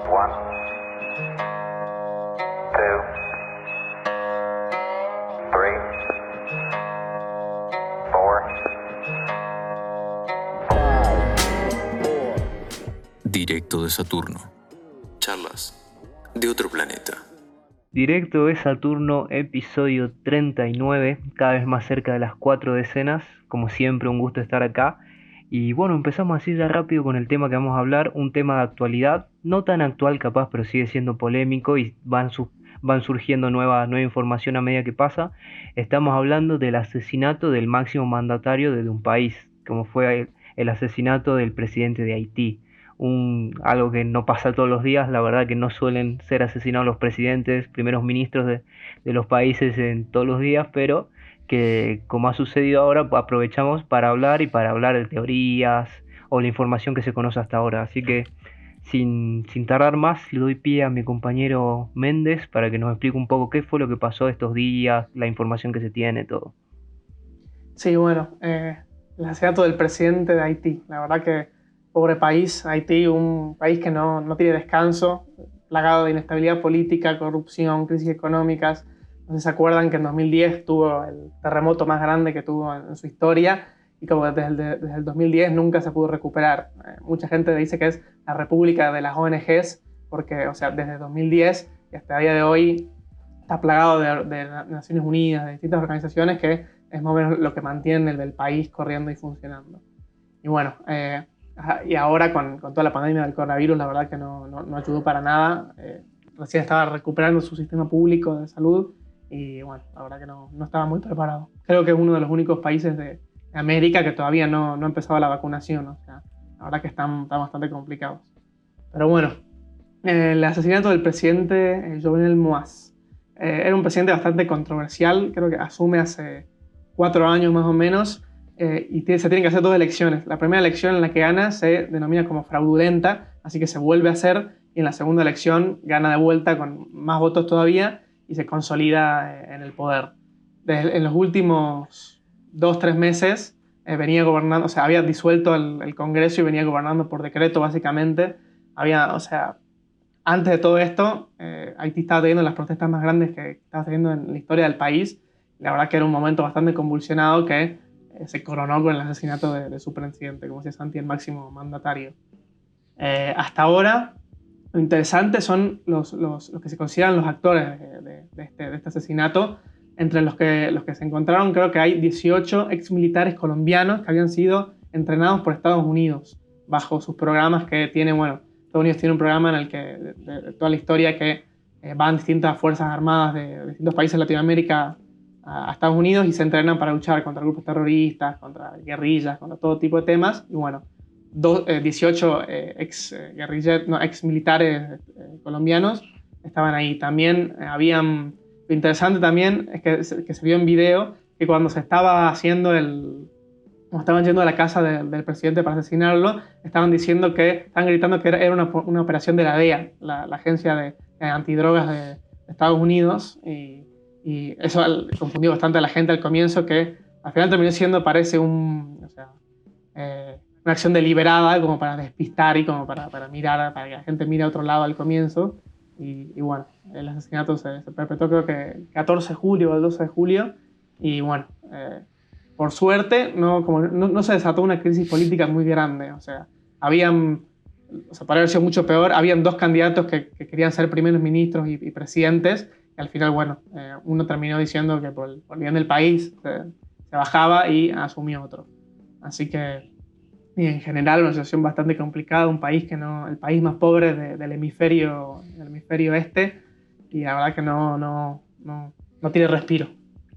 One, two, three, four. Directo de Saturno. Charlas de otro planeta. Directo de Saturno, episodio 39, cada vez más cerca de las 4 decenas. Como siempre, un gusto estar acá. Y bueno, empezamos así ya rápido con el tema que vamos a hablar, un tema de actualidad, no tan actual capaz, pero sigue siendo polémico y van surgiendo nueva información a medida que pasa. Estamos hablando del asesinato del máximo mandatario de un país, como fue el asesinato del presidente de Haití. Algo que no pasa todos los días, la verdad que no suelen ser asesinados los presidentes, primeros ministros de los países en todos los días, pero que como ha sucedido ahora, aprovechamos para hablar y para hablar de teorías o la información que se conoce hasta ahora. Así que sin tardar más, le doy pie a mi compañero Méndez para que nos explique un poco qué fue lo que pasó estos días, la información que se tiene, todo. Sí, bueno, el asesinato del presidente de Haití. La verdad que pobre país, Haití, un país que no tiene descanso, plagado de inestabilidad política, corrupción, crisis económicas. No sé si se acuerdan que en 2010 tuvo el terremoto más grande que tuvo en su historia y como desde el 2010 nunca se pudo recuperar. Mucha gente dice que es la república de las ONGs porque, o sea, desde 2010 y hasta el día de hoy está plagado de Naciones Unidas, de distintas organizaciones que es más o menos lo que mantiene el país corriendo y funcionando. Y bueno, y ahora con toda la pandemia del coronavirus, la verdad que no ayudó para nada. Recién estaba recuperando su sistema público de salud y bueno, la verdad que no estaba muy preparado. Creo que es uno de los únicos países de América que todavía no ha empezado la vacunación. O sea, la verdad que están bastante complicados. Pero bueno, el asesinato del presidente Jovenel Moïse. Era un presidente bastante controversial, creo que asume hace 4 años más o menos, y se tienen que hacer 2 elecciones. La primera elección en la que gana se denomina como fraudulenta, así que se vuelve a hacer, y en la segunda elección gana de vuelta con más votos todavía y se consolida en el poder. En los últimos 2-3 meses venía gobernando, o sea, había disuelto el Congreso y venía gobernando por decreto básicamente. O sea, antes de todo esto, Haití estaba teniendo las protestas más grandes que estaba teniendo en la historia del país. La verdad que era un momento bastante convulsionado que se coronó con el asesinato de su presidente, como decía Santi, el máximo mandatario. Hasta ahora, lo interesante son los que se consideran los actores de este asesinato. Entre los que se encontraron, creo que hay 18 exmilitares colombianos que habían sido entrenados por Estados Unidos bajo sus programas que tiene, bueno, Estados Unidos tiene un programa en el que, de toda la historia, que van distintas fuerzas armadas de distintos países de Latinoamérica a Estados Unidos y se entrenan para luchar contra grupos terroristas, contra guerrillas, contra todo tipo de temas. Y bueno, 18 ex militares colombianos estaban ahí. También lo interesante también es que se vio en video que cuando se estaba haciendo como estaban yendo a la casa del presidente para asesinarlo, estaban gritando que era una operación de la DEA, la agencia de antidrogas de Estados Unidos, y eso confundió bastante a la gente al comienzo, que al final terminó siendo, parece, una acción deliberada como para despistar y como para mirar, para que la gente mire a otro lado al comienzo. Y bueno, el asesinato se perpetró creo que el 14 de julio o el 12 de julio, y bueno, por suerte no se desató una crisis política muy grande. O sea, para haber sido mucho peor, habían 2 candidatos que querían ser primeros ministros y presidentes, y al final, bueno, uno terminó diciendo que por el bien del país se bajaba y asumió otro. Así que, y en general, una situación bastante complicada, el país más pobre del hemisferio este, y la verdad que no tiene respiro.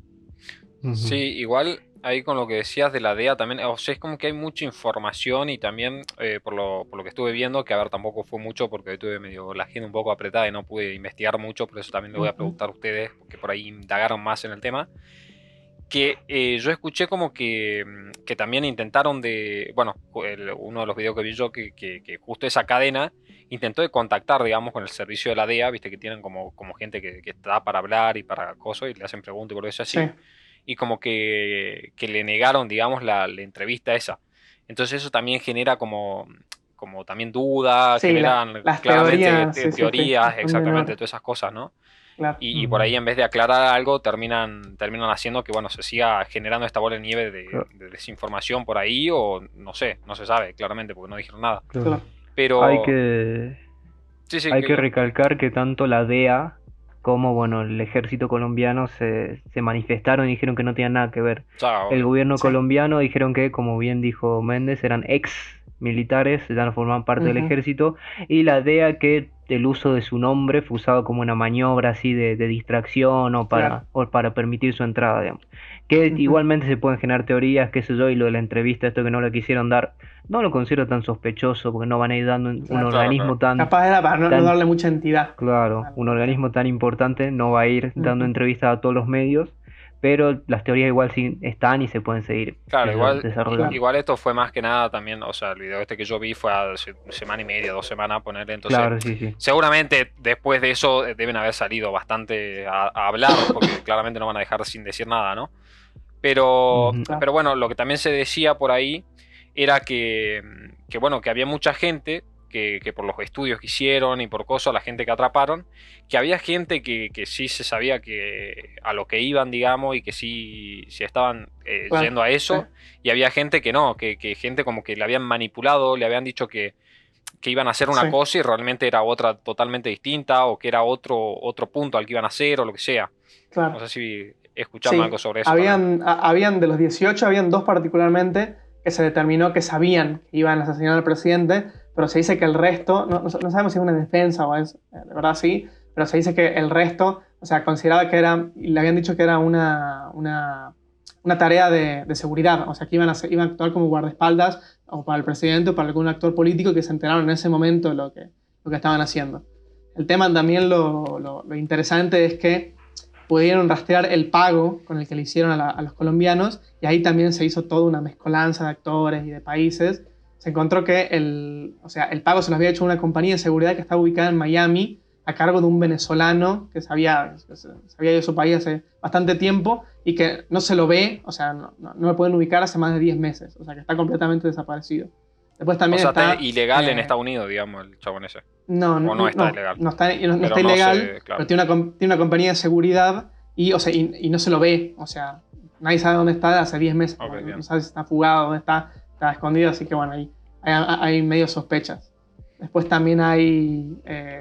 Sí, igual ahí con lo que decías de la DEA también, o sea, es como que hay mucha información y también por lo que estuve viendo, que a ver, tampoco fue mucho porque tuve medio la agenda un poco apretada y no pude investigar mucho, por eso también le voy a preguntar a ustedes, porque por ahí indagaron más en el tema, que yo escuché como que también intentaron bueno, uno de los videos que vi yo, que justo esa cadena intentó de contactar, digamos, con el servicio de la DEA, viste que tienen como gente que está para hablar y para cosas y le hacen preguntas y por eso así. Sí. Y como que le negaron, digamos, la entrevista esa. Entonces eso también genera como como también dudas, Sí, generan las claramente teorías, sí, sí, teorías, sí, exactamente, todas esas cosas, ¿no? claro. Y por ahí en vez de aclarar algo terminan haciendo que, bueno, se siga generando esta bola de nieve Claro, de desinformación por ahí o no sé, no se sabe claramente porque no dijeron nada. claro. Hay Pero que, sí, sí, hay que que diga. recalcar que tanto la DEA como bueno, el ejército colombiano se manifestaron y dijeron que no tenían nada que ver. Ya, El obvio. gobierno Sí. colombiano dijeron que, como bien dijo Méndez, eran ex militares, ya no formaban parte del Ujú. ejército, y la DEA que el uso de su nombre fue usado como una maniobra así de distracción Claro. o para permitir su entrada, digamos. Que Ujú. igualmente se pueden generar teorías, qué sé yo, y lo de la entrevista, esto que no lo quisieron dar, no lo considero tan sospechoso porque no van a ir dando un Claro. Claro, organismo claro. tan, Capaz era para no tan darle mucha entidad claro, un al tema. organismo tan importante no va a ir dando Ujú. entrevistas a todos los medios, pero las teorías igual sí están y se pueden seguir, qué Claro, sé yo, igual, desarrollando. igual esto fue más que nada también, o sea, el video este que yo vi fue hace semana y media, 2 semanas, ponerle, entonces Claro, sí, sí. seguramente después de eso deben haber salido bastante a hablar, porque claramente no van a dejar sin decir nada, ¿no? Ujú. Claro. Pero bueno, lo que también se decía por ahí era que bueno, que había mucha gente que por los estudios que hicieron y por cosas, la gente que atraparon, que había gente que sí se sabía que a lo que iban, digamos, y que sí estaban Claro. yendo a Sí. eso, y había gente que no, que gente como que le habían manipulado, le habían dicho que iban a hacer una Sí. cosa y realmente era otra totalmente distinta, o que era otro punto al que iban a hacer, o lo que sea. No Claro. sé si escucharon algo Sí, sobre eso también. habían de los 18, habían dos particularmente que se determinó que sabían que iban a asesinar al presidente, pero se dice que el resto, no sabemos si es una defensa o es, de verdad sí, pero se dice que el resto, o sea, consideraba que era, y le habían dicho que era una tarea de seguridad, o sea, que iban a actuar como guardaespaldas o para el presidente o para algún actor político que se enteraron en ese momento de lo que estaban haciendo. El tema también, lo interesante es que pudieron rastrear el pago con el que le hicieron a los colombianos y ahí también se hizo toda una mezcolanza de actores y de países. Se encontró que el pago se lo había hecho una compañía de seguridad que estaba ubicada en Miami a cargo de un venezolano que se había ido a su país hace bastante tiempo y que no se lo ve, o sea, no lo pueden ubicar hace más de 10 meses, o sea, que está completamente desaparecido. Después O también sea, está... está ilegal en Estados Unidos, digamos, el chabón ese. No, O no está no, ilegal. no está, no Pero está no ilegal, sé, claro. pero tiene una compañía de seguridad y, o sea, y no se lo ve. O sea, nadie sabe dónde está hace 10 meses. Ok, no, bien. no sabe si está fugado, dónde está escondido, así que bueno, hay medio sospechas. Después también hay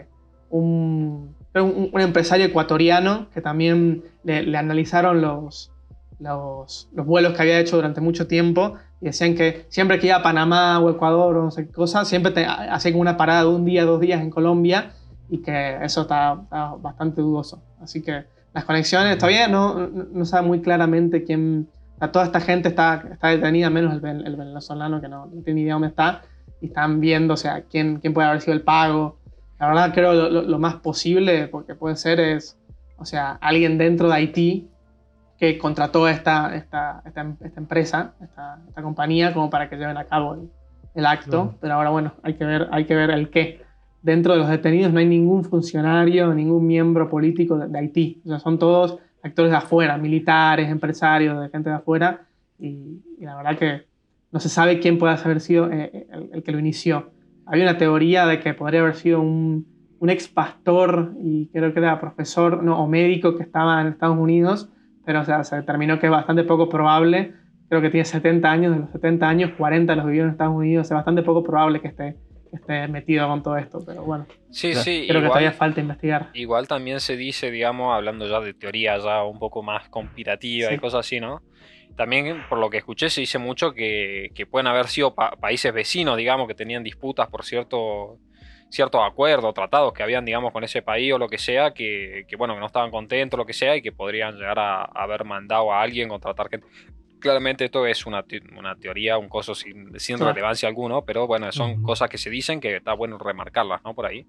un empresario ecuatoriano que también le analizaron los vuelos que había hecho durante mucho tiempo y decían que siempre que iba a Panamá o Ecuador o no sé qué cosa, siempre hacía como una parada de un día, 2 días en Colombia y que eso está bastante dudoso. Así que las conexiones, todavía no sabe muy claramente quién... O sea, toda esta gente está detenida, menos el venezolano que no tiene ni idea dónde está y están viendo, o sea, quién puede haber sido el pago. La verdad creo lo más posible, porque puede ser es, o sea, alguien dentro de Haití que contrató esta empresa, esta compañía, como para que lleven a cabo el acto. Pero ahora, bueno, hay que ver el qué. Dentro de los detenidos no hay ningún funcionario, ningún miembro político de Haití. O sea, son todos actores de afuera, militares, empresarios, de gente de afuera. Y la verdad que no se sabe quién puede haber sido el que lo inició. Había una teoría de que podría haber sido un ex pastor y creo que era profesor o médico que estaba en Estados Unidos, pero o sea, se determinó que es bastante poco probable. Creo que tiene 70 años, de los 70 años, 40 los vivió en Estados Unidos. Es bastante poco probable que esté metido con todo esto, pero bueno. Sí, Claro. sí, Creo que todavía falta investigar. igual también se dice, digamos, hablando ya de teoría ya un poco más conspirativa y Sí. cosas así, ¿no? También, por lo que escuché, se dice mucho que pueden haber sido países vecinos, digamos, que tenían disputas por ciertos acuerdos, tratados que habían, digamos, con ese país o lo que sea, bueno, que no estaban contentos, lo que sea, y que podrían llegar a haber mandado a alguien contratar gente. Claramente esto es una teoría, un coso sin Claro. relevancia alguno, pero bueno, son Ujú. cosas que se dicen que está bueno remarcarlas, ¿no? Por ahí.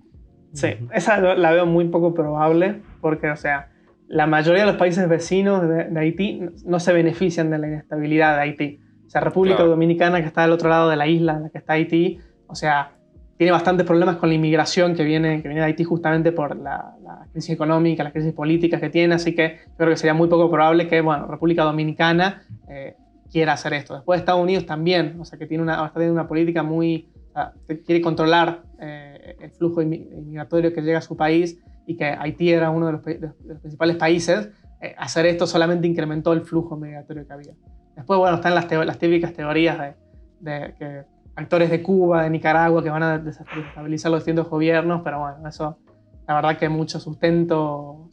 Sí, Ujú. esa la veo muy poco probable porque, o sea, la mayoría de los países vecinos de Haití no se benefician de la inestabilidad de Haití. O sea, República Claro. Dominicana, que está del otro lado de la isla en la que está Haití, o sea, tiene bastantes problemas con la inmigración que viene de Haití justamente por la crisis económica, las crisis políticas que tiene, así que yo creo que sería muy poco probable que, bueno, República Dominicana quiera hacer esto. Después Estados Unidos también, o sea, que está teniendo una política muy O sea, quiere controlar el flujo inmigratorio que llega a su país y que Haití era uno de los principales países. Hacer esto solamente incrementó el flujo migratorio que había. Después, bueno, están las típicas teorías de que actores de Cuba, de Nicaragua, que van a desestabilizar los distintos gobiernos, pero bueno, eso, la verdad que mucho sustento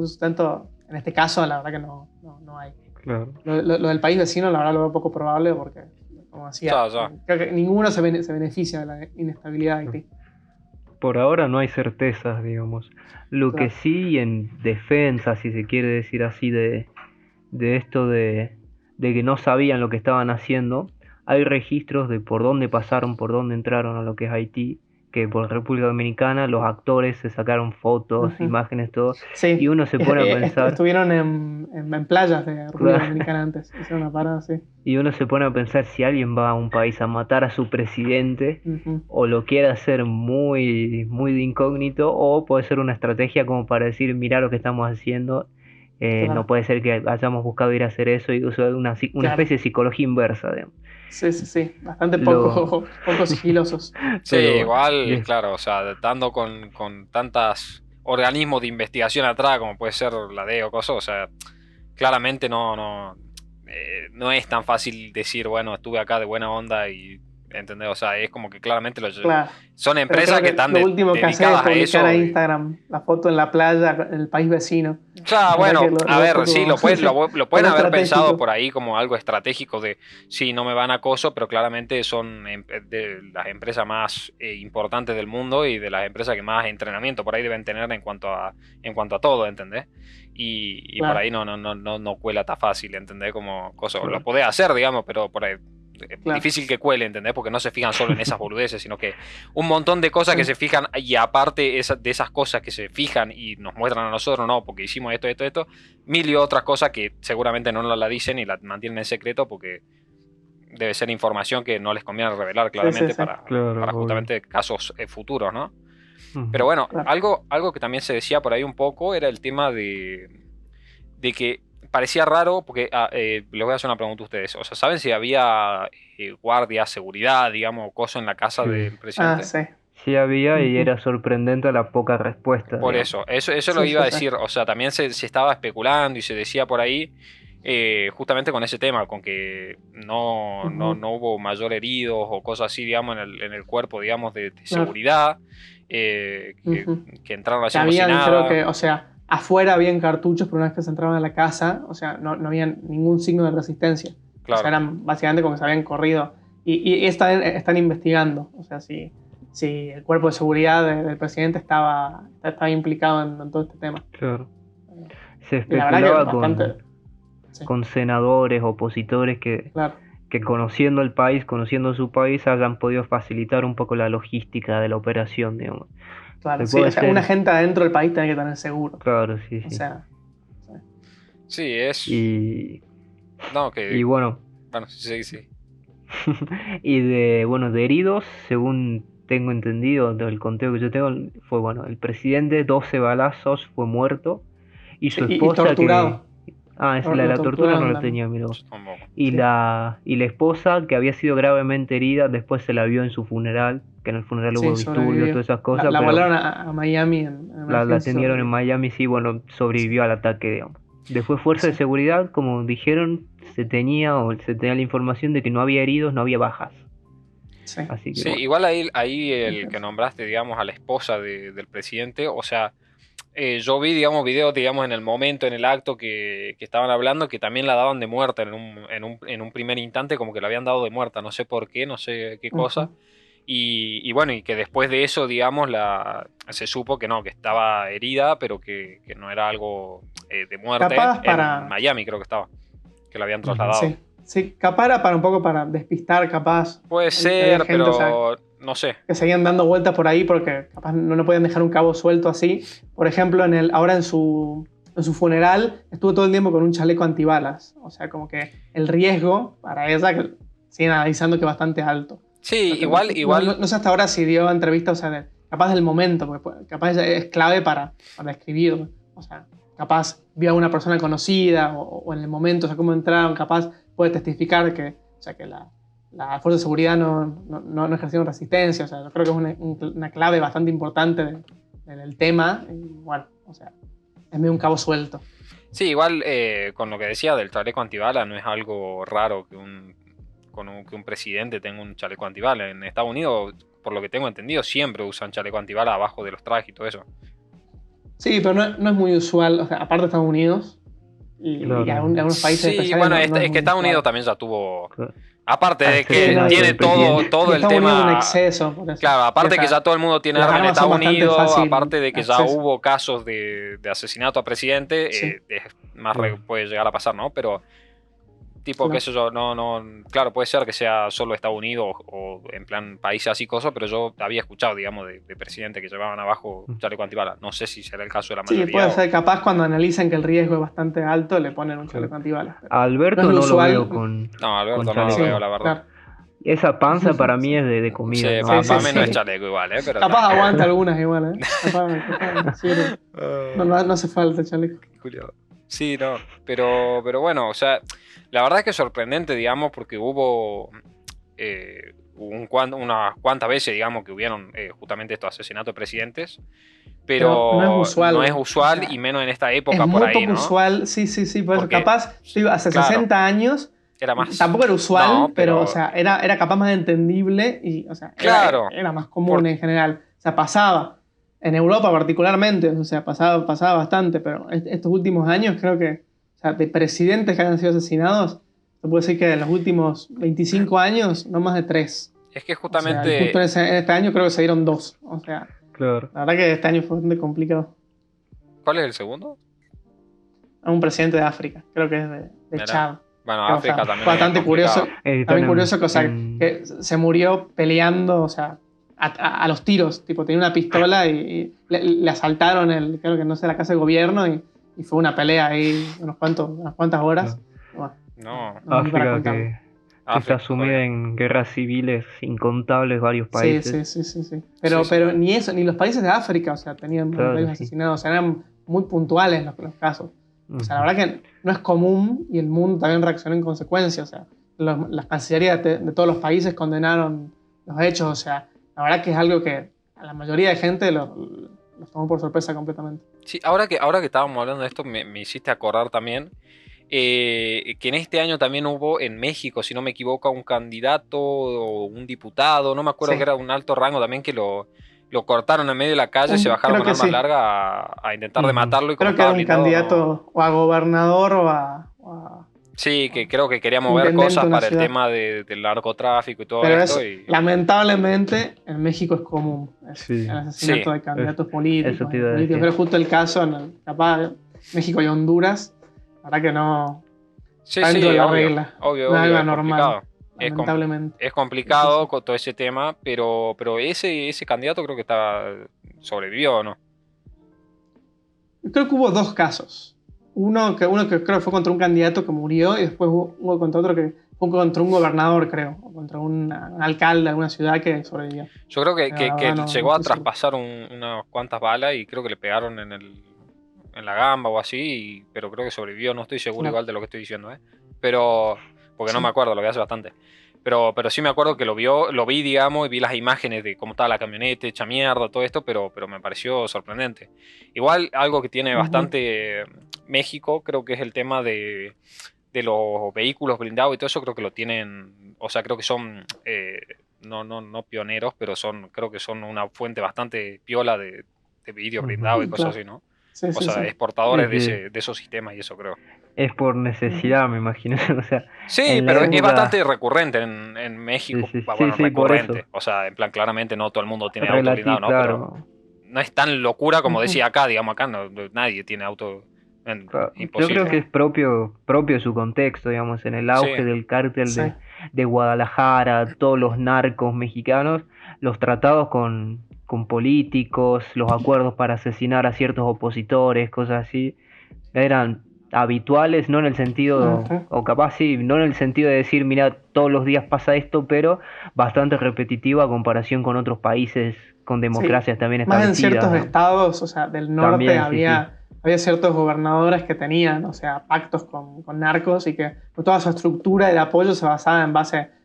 en este caso, la verdad que no hay. Claro. Lo del país vecino, la verdad lo veo poco probable porque, como decía, creo que ninguno se beneficia de la inestabilidad de Haití. Por ahora no hay certezas, digamos. Lo que sí, en defensa, si se quiere decir así, de esto de que no sabían lo que estaban haciendo, hay registros de por dónde pasaron, por dónde entraron a lo que es Haití, que por República Dominicana los actores se sacaron fotos, imágenes, todo, sí, y uno se pone a pensar... Estuvieron en playas de República Dominicana antes, hicieron una parada, sí. Y uno se pone a pensar si alguien va a un país a matar a su presidente, o lo quiere hacer muy, muy de incógnito, o puede ser una estrategia como para decir, mira lo que estamos haciendo, claro. No puede ser que hayamos buscado ir a hacer eso, y usar una especie de psicología inversa, digamos. Sí, bastante poco sigilosos. Sí, pero, igual, claro, o sea, dando con tantos organismos de investigación atrás, como puede ser la DEA o cosas, o sea, claramente no es tan fácil decir, bueno, estuve acá de buena onda y, ¿entendés? O sea, es como que claramente son empresas que están dedicadas a eso. A Instagram la foto en la playa, en el país vecino. O sea, bueno, a ver, sí, lo pueden haber pensado por ahí como algo estratégico de, sí, no me van a acoso, pero claramente son de las empresas más importantes del mundo y de las empresas que más entrenamiento por ahí deben tener en cuanto a todo, ¿entendés? Y claro. Por ahí no cuela tan fácil, ¿entendés? Como cosa, lo podés hacer, digamos, pero por ahí es difícil que cuele, ¿entendés? Porque no se fijan solo en esas boludeces, sino que un montón de cosas que se fijan, y aparte de esas cosas que se fijan y nos muestran a nosotros, no, porque hicimos esto, mil y otras cosas que seguramente no la dicen y la mantienen en secreto porque debe ser información que no les conviene revelar claramente para justamente casos futuros, ¿no? Pero bueno, algo que también se decía por ahí un poco era el tema de que parecía raro, porque les voy a hacer una pregunta a ustedes. O sea, ¿saben si había guardia, seguridad, digamos, cosa en la casa del presidente? Sí. Sí había, y era sorprendente la poca respuesta. Por eso lo iba a decir. O sea, también se estaba especulando y se decía por ahí, justamente con ese tema, con que no hubo mayor heridos o cosas así, digamos, en el cuerpo, digamos, de seguridad, que entraron así como si nada. Creo que, o sea, afuera habían cartuchos, pero una vez que se entraban a la casa, o sea, no había ningún signo de resistencia. Claro. O sea, eran básicamente como que se habían corrido. Y están investigando, o sea, si el cuerpo de seguridad del presidente estaba implicado en todo este tema. Claro. Se especulaba con senadores, opositores que conociendo el país, conociendo su país, hayan podido facilitar un poco la logística de la operación, digamos. Claro, sí, o sea, una gente adentro del país tiene que tener seguro. Claro, sí. O sea, sí, es... Y bueno, sí. Y de heridos, según tengo entendido, del conteo que yo tengo, fue, el presidente, 12 balazos, fue muerto, y su esposa... Y torturado. Esa la tortura no la tenía, mira. Y la esposa, que había sido gravemente herida, después se la vio en su funeral, que en el funeral hubo disturbios, todas esas cosas. La volaron a Miami. La atendieron en Miami, sí, sobrevivió al ataque, digamos. Después fuerzas de seguridad, como dijeron, se tenía la información de que no había heridos, no había bajas. Sí, así que, igual ahí el que nombraste, digamos, a la esposa del presidente, o sea... yo vi, digamos, videos, digamos, en el momento, en el acto que estaban hablando, que también la daban de muerta en un primer instante, como que la habían dado de muerta, no sé por qué, no sé qué cosa. Y bueno, y que después de eso, digamos, se supo que no, que estaba herida, pero que no era algo de muerte. En Miami creo que estaba, que la habían trasladado. Sí, capaz era para un poco para despistar, capaz. Puede ser, pero... O sea, no sé. Que seguían dando vueltas por ahí porque capaz no podían dejar un cabo suelto así. Por ejemplo, ahora en su funeral estuvo todo el tiempo con un chaleco antibalas. O sea, como que el riesgo para ella, que siguen analizando, que es bastante alto. Sí, porque igual. No sé hasta ahora si dio entrevista, o sea, capaz del momento, porque capaz es clave para escribir. O sea, capaz vio a una persona conocida o en el momento, o sea, cómo entraron, capaz puede testificar que las fuerzas de seguridad no ejercieron resistencia. O sea, yo creo que es una clave bastante importante del tema. Y bueno, o sea, es medio un cabo suelto. Sí, igual con lo que decía del chaleco antibala, no es algo raro que un presidente tenga un chaleco antibala. En Estados Unidos, por lo que tengo entendido, siempre usan chaleco antibala abajo de los trajes y todo eso. Sí, pero no es muy usual, o sea, aparte de Estados Unidos y algunos países Sí, especiales. bueno, es es que Estados usual. Unidos también ya tuvo... Claro. Aparte de que Asesinato tiene del presidente. todo el Estados Unidos es un tema... exceso, por eso. Claro, aparte O sea, que ya todo el mundo tiene las armas en armas son Estados bastante Unidos, fácil aparte de que ya acceso. hubo casos de asesinato a presidente, Sí. es más Claro. puede llegar a pasar, ¿no? Pero, tipo, Claro. qué sé yo, claro, puede ser que sea solo Estados Unidos o en plan países así cosas, pero yo había escuchado, digamos, de presidentes que llevaban abajo chaleco antibala. No sé si será el caso de la mayoría. Sí, puede o- ser capaz cuando analizan que el riesgo es bastante alto, le ponen un chaleco antibalas. pero Alberto no es no lo lo usual. veo con No, Alberto con no lo chaleco. veo, la verdad. claro. Esa panza para mí es de Sí, comida. para sí, mí sí. no es chaleco igual, pero Capaz aguanta algunas igual, ¿eh? Capaz sirve. No hace falta el chaleco. Julio. Sí, no, pero bueno, o sea, la verdad es que es sorprendente, digamos, porque hubo unas cuantas veces, digamos, que hubieron justamente estos asesinatos de presidentes, pero No es usual. no es usual O sea, y menos en esta Es época muy por ahí, poco ¿no? usual, sí, por eso Porque, capaz, digo, hace claro, 60 años era más... tampoco era usual, No, pero o sea, era capaz más entendible y o sea, Claro. era más común en general. O sea, pasaba. En Europa particularmente, o sea, pasaba bastante, pero estos últimos años creo que, o sea, de presidentes que hayan sido asesinados, se puede decir que en los últimos 25 años, no más de 3. Es que O sea, y justamente... justo en este año creo que se dieron 2. O sea, Claro. la verdad que este año fue bastante complicado. ¿Cuál es el segundo? A un presidente de África, creo que es de Mirá. Chad. Bueno, O sea, África también fue es bastante complicado. curioso. También curioso que, o sea, que se murió peleando, o sea, a los tiros. Tipo, tenía una pistola y le asaltaron, creo que no sé, la casa de gobierno y fue una pelea ahí unas cuantas horas. Bueno, No, ni para África contarlo. que África, está sumida joder. en guerras civiles incontables, varios Sí, países. sí. Pero, Sí. pero ni eso, ni los países de África, o sea, tenían Claro, varios sí. asesinados, o sea, eran muy puntuales los casos. O sea, la Ujú. verdad que no es común y el mundo también reaccionó en consecuencia. O sea, las cancillerías de todos los países condenaron los hechos. O sea, la verdad que es algo que a la mayoría de gente los tomó por sorpresa completamente. Sí, ahora que estábamos hablando de esto, me hiciste acordar también que en este año también hubo en México, si no me equivoco, un candidato o un diputado, no me acuerdo, Sí. que era un alto rango también, que lo cortaron en medio de la calle, se bajaron creo con que armas sí. largas a intentar de Ujú. matarlo y como Creo que estaba era un blindado, no- candidato o a gobernador o a... Sí, que creo que quería mover Intendente cosas de una para el ciudad. tema del narcotráfico y todo Pero esto. eso, lamentablemente, en México es común. Sí. El asesinato Sí. de candidatos Eso políticos. te iba a decir. Pero justo el caso capaz México y Honduras, la verdad que no... Sí, está dentro de la obvio, regla. obvio, No es algo es anormal, complicado. Es com- lamentablemente. Es complicado Sí, sí. con todo ese tema, pero ese candidato creo que sobrevivió, ¿o no? Creo que hubo dos casos. Uno que creo que fue contra un candidato que murió y después hubo contra otro que fue contra un gobernador, creo, o contra un alcalde de alguna ciudad que sobrevivió. Yo creo que, No, que- la que verdad no llegó a estoy seguro. traspasar unas cuantas balas y creo que le pegaron en la gamba o así, pero creo que sobrevivió, no estoy seguro No. igual de lo que estoy diciendo, ¿eh? Pero, porque no Sí. me acuerdo, lo vi hace bastante. Pero sí me acuerdo que lo vi, digamos, y vi las imágenes de cómo estaba la camioneta, hecha mierda, todo esto, pero me pareció sorprendente. Igual algo que tiene Ujú. bastante México, creo que es el tema de los vehículos blindados y todo eso, creo que lo tienen, o sea, creo que son, no pioneros, pero creo que son una fuente bastante piola de vidrio Ujú. blindado y cosas Claro. así, ¿no? Sí, O sí, sea, sí. exportadores Sí, sí. de esos sistemas y eso creo. Es por necesidad, me imagino. O sea, Sí, en la pero es época- bastante recurrente en México. Sí, sí, Bueno, sí, por recurrente. eso. O sea, en plan, claramente no todo el mundo tiene auto Relativo, blindado, ¿no? Pero claro. no es tan locura como Ujú. decía acá, digamos, acá nadie tiene auto. Claro, yo Imposible. creo que es propio su contexto, digamos, en el auge Sí. del cártel Sí. de Guadalajara, todos los narcos mexicanos, los tratados con políticos, los acuerdos para asesinar a ciertos opositores, cosas así, eran habituales, no en el sentido, Ujú. o capaz sí, no en el sentido de decir, mira, todos los días pasa esto, pero bastante repetitiva a comparación con otros países con democracias también Más en establecidas. ciertos ¿no? estados, o sea, del norte También, sí, había ciertos gobernadores que tenían, o sea, pactos con narcos y que toda su estructura de apoyo se basaba en base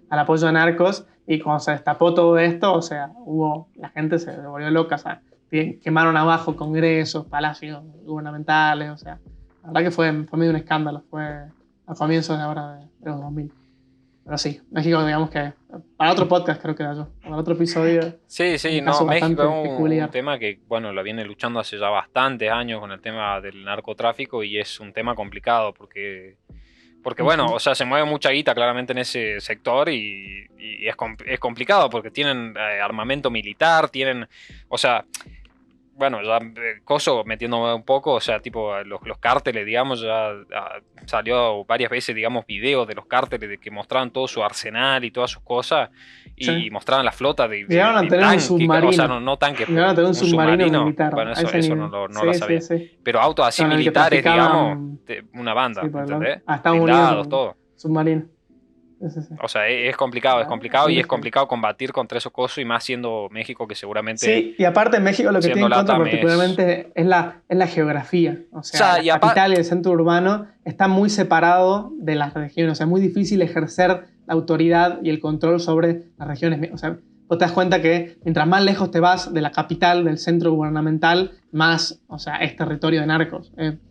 al apoyo a narcos, y cuando se destapó todo esto, o sea, la gente se volvió loca, o sea, quemaron abajo congresos, palacios gubernamentales, o sea, la verdad que fue medio un escándalo, fue a comienzos de ahora de los 2000. Pero sí, México, digamos que para otro podcast creo que era yo, para otro episodio. Sí, Un caso México bastante es un peculiar. tema que, bueno, lo viene luchando hace ya bastantes años con el tema del narcotráfico y es un tema complicado porque bueno, o sea, se mueve mucha guita claramente en ese sector y es complicado porque tienen armamento militar, o sea, bueno, ya Coso metiéndome un poco, o sea, tipo los cárteles, digamos, ya salió varias veces, digamos, videos de los cárteles de que mostraban todo su arsenal y todas sus cosas y Sí. mostraban la flota Llegaron a tener un tanques, submarino. o sea, no tanques, Llegaron a tener un submarino militar. Bueno, a ese eso nivel. no lo sabía. Sí. Pero autos así Con el que militares, traficaban, digamos, una banda, sí, por ¿entendés? a Estados Blindados, Unidos, todo. submarino. Sí. O sea, es complicado y Sí. es complicado combatir contra esos cosas y más siendo México que seguramente... Sí, y aparte México lo que tiene en contra LATAM particularmente es la geografía. O sea, y la capital y el centro urbano está muy separado de las regiones. O sea, es muy difícil ejercer la autoridad y el control sobre las regiones. O sea, vos te das cuenta que mientras más lejos te vas de la capital, del centro gubernamental, más, o sea, es territorio de narcos.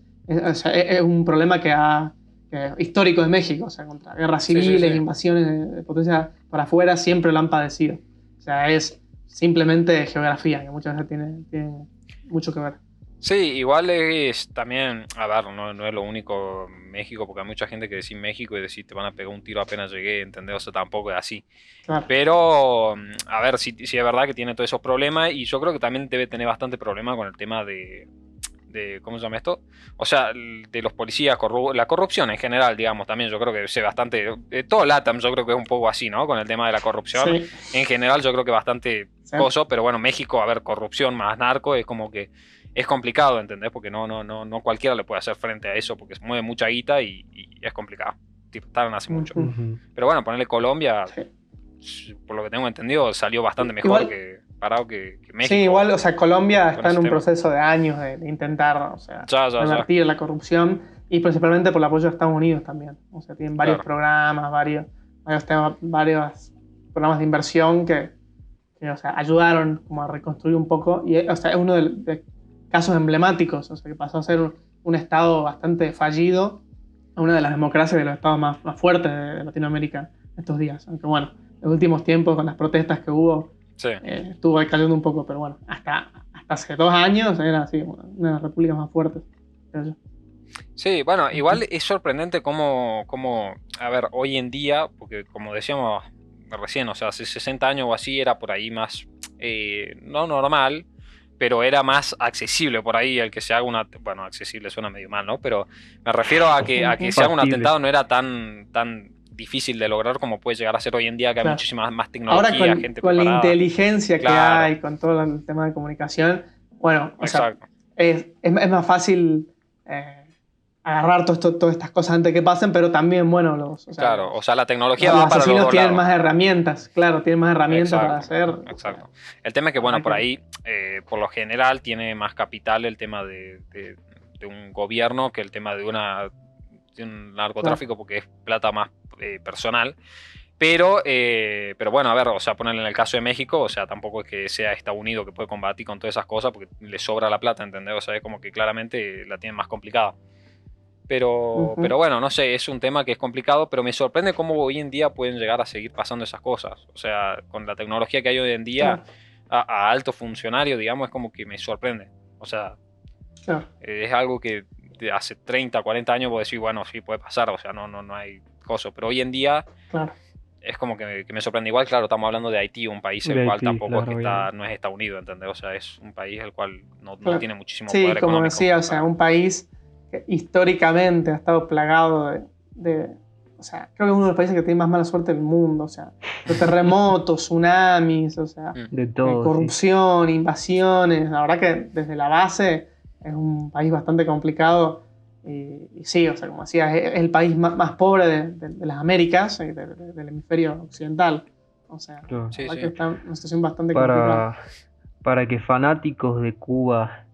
Es un problema histórico de México, o sea, contra guerras civiles, invasiones de potencia para afuera, siempre lo han padecido. O sea, es simplemente geografía, que muchas veces tiene mucho que ver. Sí, igual es también, a ver, no es lo único México, porque hay mucha gente que decís México y decís te van a pegar un tiro apenas llegué, ¿entendés? O sea, tampoco es así. Claro. Pero, a ver, sí es verdad que tiene todos esos problemas y yo creo que también debe tener bastante problema con el tema de ¿cómo se llama esto? O sea, de los policías, la corrupción en general, digamos, también yo creo que sé bastante, todo LATAM yo creo que es un poco así, ¿no? Con el tema de la corrupción, en general yo creo que bastante coso, pero bueno, México, a ver, corrupción más narco es como que es complicado, ¿entendés? Porque no cualquiera le puede hacer frente a eso, porque se mueve mucha guita y es complicado, tipo, tardan hace mucho. Pero bueno, ponerle Colombia, por lo que tengo entendido, salió bastante mejor que México. Sí, igual, o sea, Colombia está en un proceso de años de intentar, o sea, revertir la corrupción y principalmente por el apoyo de Estados Unidos también. O sea, tienen varios programas, varios programas de inversión que o sea, ayudaron como a reconstruir un poco y, o sea, es uno de casos emblemáticos, o sea, que pasó a ser un estado bastante fallido a una de las democracias de los estados más fuertes de Latinoamérica estos días. Aunque bueno, en los últimos tiempos con las protestas que hubo, estuvo cayendo un poco, pero bueno, hasta hace 2 años era así, una de las repúblicas más fuertes, creo yo. Sí, bueno, igual es sorprendente cómo, a ver, hoy en día, porque como decíamos recién, o sea, hace 60 años o así era por ahí más, no normal, pero era más accesible por ahí el que se haga bueno, accesible suena medio mal, ¿no? Pero me refiero a que se haga un atentado no era tan difícil de lograr como puede llegar a ser hoy en día, que hay muchísima más tecnología, ahora gente con preparada. La inteligencia que hay, con todo el tema de comunicación, bueno, o sea, es más fácil agarrar todas estas cosas antes que pasen, pero también, bueno, o sea, la tecnología va para los asesinos dos tienen lados. más herramientas, tienen más herramientas para hacer. Exacto. El tema es que, bueno, por ahí, por lo general, tiene más capital el tema de un gobierno que el tema de un narcotráfico, porque es plata más personal. Pero bueno, a ver, o sea, ponerle en el caso de México, o sea, tampoco es que sea Estados Unidos que puede combatir con todas esas cosas porque le sobra la plata, ¿entendés? O sea, es como que claramente la tienen más complicada. Pero bueno, no sé, es un tema que es complicado, pero me sorprende cómo hoy en día pueden llegar a seguir pasando esas cosas. O sea, con la tecnología que hay hoy en día, a alto funcionario, digamos, es como que me sorprende. O sea, es algo que de hace 30, 40 años vos decís, bueno, sí puede pasar, o sea, no hay cosa. Pero hoy en día es como que me sorprende. Igual, claro, estamos hablando de Haití, un país el cual tampoco es que no es Estados Unidos, ¿entendés? O sea, es un país el cual no tiene muchísimo poder económico. Sí, como decía, o sea, un país que históricamente ha estado plagado o sea, creo que es uno de los países que tiene más mala suerte del mundo, o sea, de terremotos, tsunamis, o sea, de todo, corrupción, invasiones. La verdad que desde la base es un país bastante complicado y sí, o sea, como decía, es el país más pobre de las Américas, del hemisferio occidental. O sea, la verdad que está en una situación bastante complicada. Para que fanáticos de Cuba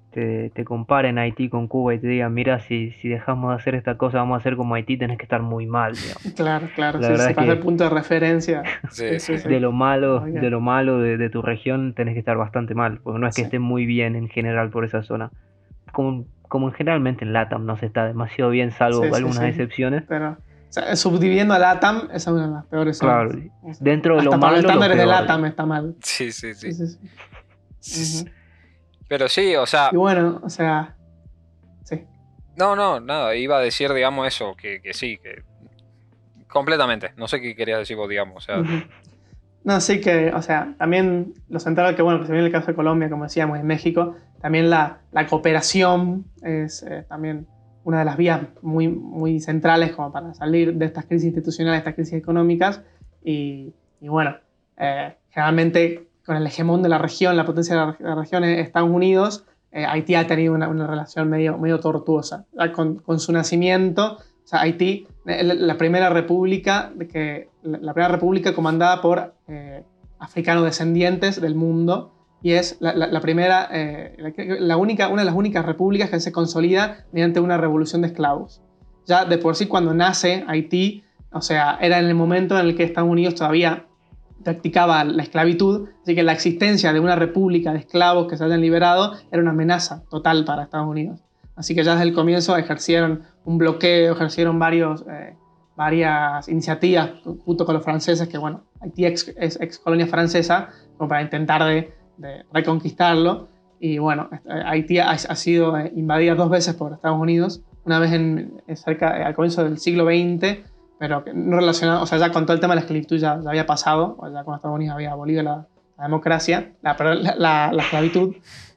te comparen Haití con Cuba y te digan, mira, si dejamos de hacer esta cosa, vamos a hacer como Haití, tenés que estar muy mal, digamos. Claro, La sí, verdad si es pasa el que punto de referencia. Sí, sí. de lo malo, Oiga. de lo malo de tu región tenés que estar bastante mal, porque no es que Sí. esté muy bien en general por esa zona. Como generalmente en LATAM no se está demasiado bien, salvo Sí, algunas sí. excepciones. Pero, o sea, subdividiendo a LATAM, esa es una de las peores Claro, zonas. O sea, dentro de lo hasta para los malo, lo estándares de peor. LATAM está mal. Sí. Sí. Sí. Ujú. Pero sí, o sea, Y bueno, o sea, sí. no, nada, iba a decir, digamos, eso, que sí, que completamente. No sé qué querías decir vos, digamos, o sea, Ujú. No, sí que, o sea, también lo central que, bueno, que se ve en el caso de Colombia, como decíamos, en México, también la cooperación es también una de las vías muy centrales como para salir de estas crisis institucionales, estas crisis económicas. Y bueno, generalmente con el hegemón de la región, la potencia de la región es Estados Unidos, Haití ha tenido una relación medio tortuosa. Con su nacimiento, o sea, Haití, la primera república comandada por africanos descendientes del mundo, y es la primera, una de las únicas repúblicas que se consolida mediante una revolución de esclavos. Ya de por sí, cuando nace Haití, o sea, era en el momento en el que Estados Unidos todavía practicaba la esclavitud, así que la existencia de una república de esclavos que se hayan liberado era una amenaza total para Estados Unidos. Así que ya desde el comienzo ejercieron un bloqueo, ejercieron varias iniciativas junto con los franceses, que bueno, Haití es ex colonia francesa, como para intentar de reconquistarlo. Y bueno, Haití ha sido invadida 2 veces por Estados Unidos, una vez al comienzo del siglo XX, pero no relacionado, o sea, ya con todo el tema de la esclavitud ya había pasado, o ya con Estados Unidos había abolido la democracia, la esclavitud.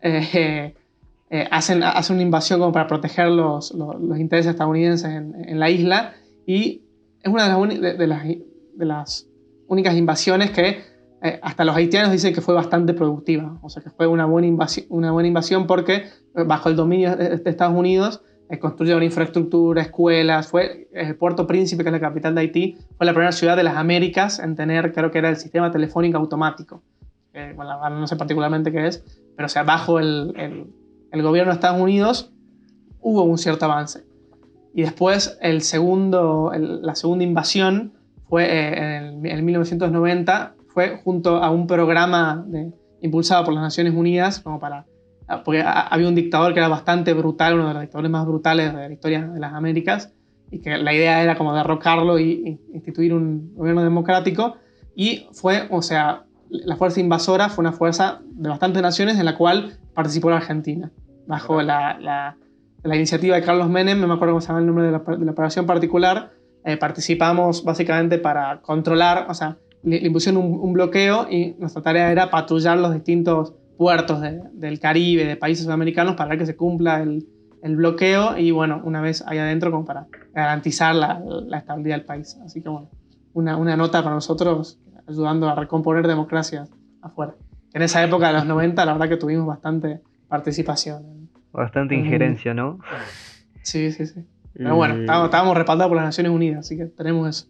Hacen una invasión como para proteger los intereses estadounidenses en la isla, y es una de las únicas invasiones que hasta los haitianos dicen que fue bastante productiva, o sea que fue una buena invasión porque bajo el dominio de Estados Unidos construyeron infraestructura, escuelas. Fue Puerto Príncipe, que es la capital de Haití, fue la primera ciudad de las Américas en tener, creo que era el sistema telefónico automático. Bueno, la verdad no sé particularmente qué es, pero o sea, bajo el gobierno de Estados Unidos hubo un cierto avance. Y después la segunda invasión fue en 1990, fue junto a un programa impulsado por las Naciones Unidas, porque había un dictador que era bastante brutal, uno de los dictadores más brutales de la historia de las Américas, y que la idea era como derrocarlo y instituir un gobierno democrático. Y fue, o sea, la fuerza invasora fue una fuerza de bastantes naciones en la cual participó la Argentina, bajo la iniciativa de Carlos Menem, no me acuerdo cómo se llama el nombre de la operación particular. Participamos básicamente para controlar, o sea, le impusieron un bloqueo, y nuestra tarea era patrullar los distintos puertos del Caribe, de países sudamericanos, para que se cumpla el bloqueo, y bueno, una vez ahí adentro como para garantizar la estabilidad del país. Así que bueno, una nota para nosotros ayudando a recomponer democracias afuera. En esa época de los 90, la verdad que tuvimos bastante participación. Bastante injerencia, ¿no? Sí. Pero bueno, estábamos respaldados por las Naciones Unidas, así que tenemos eso.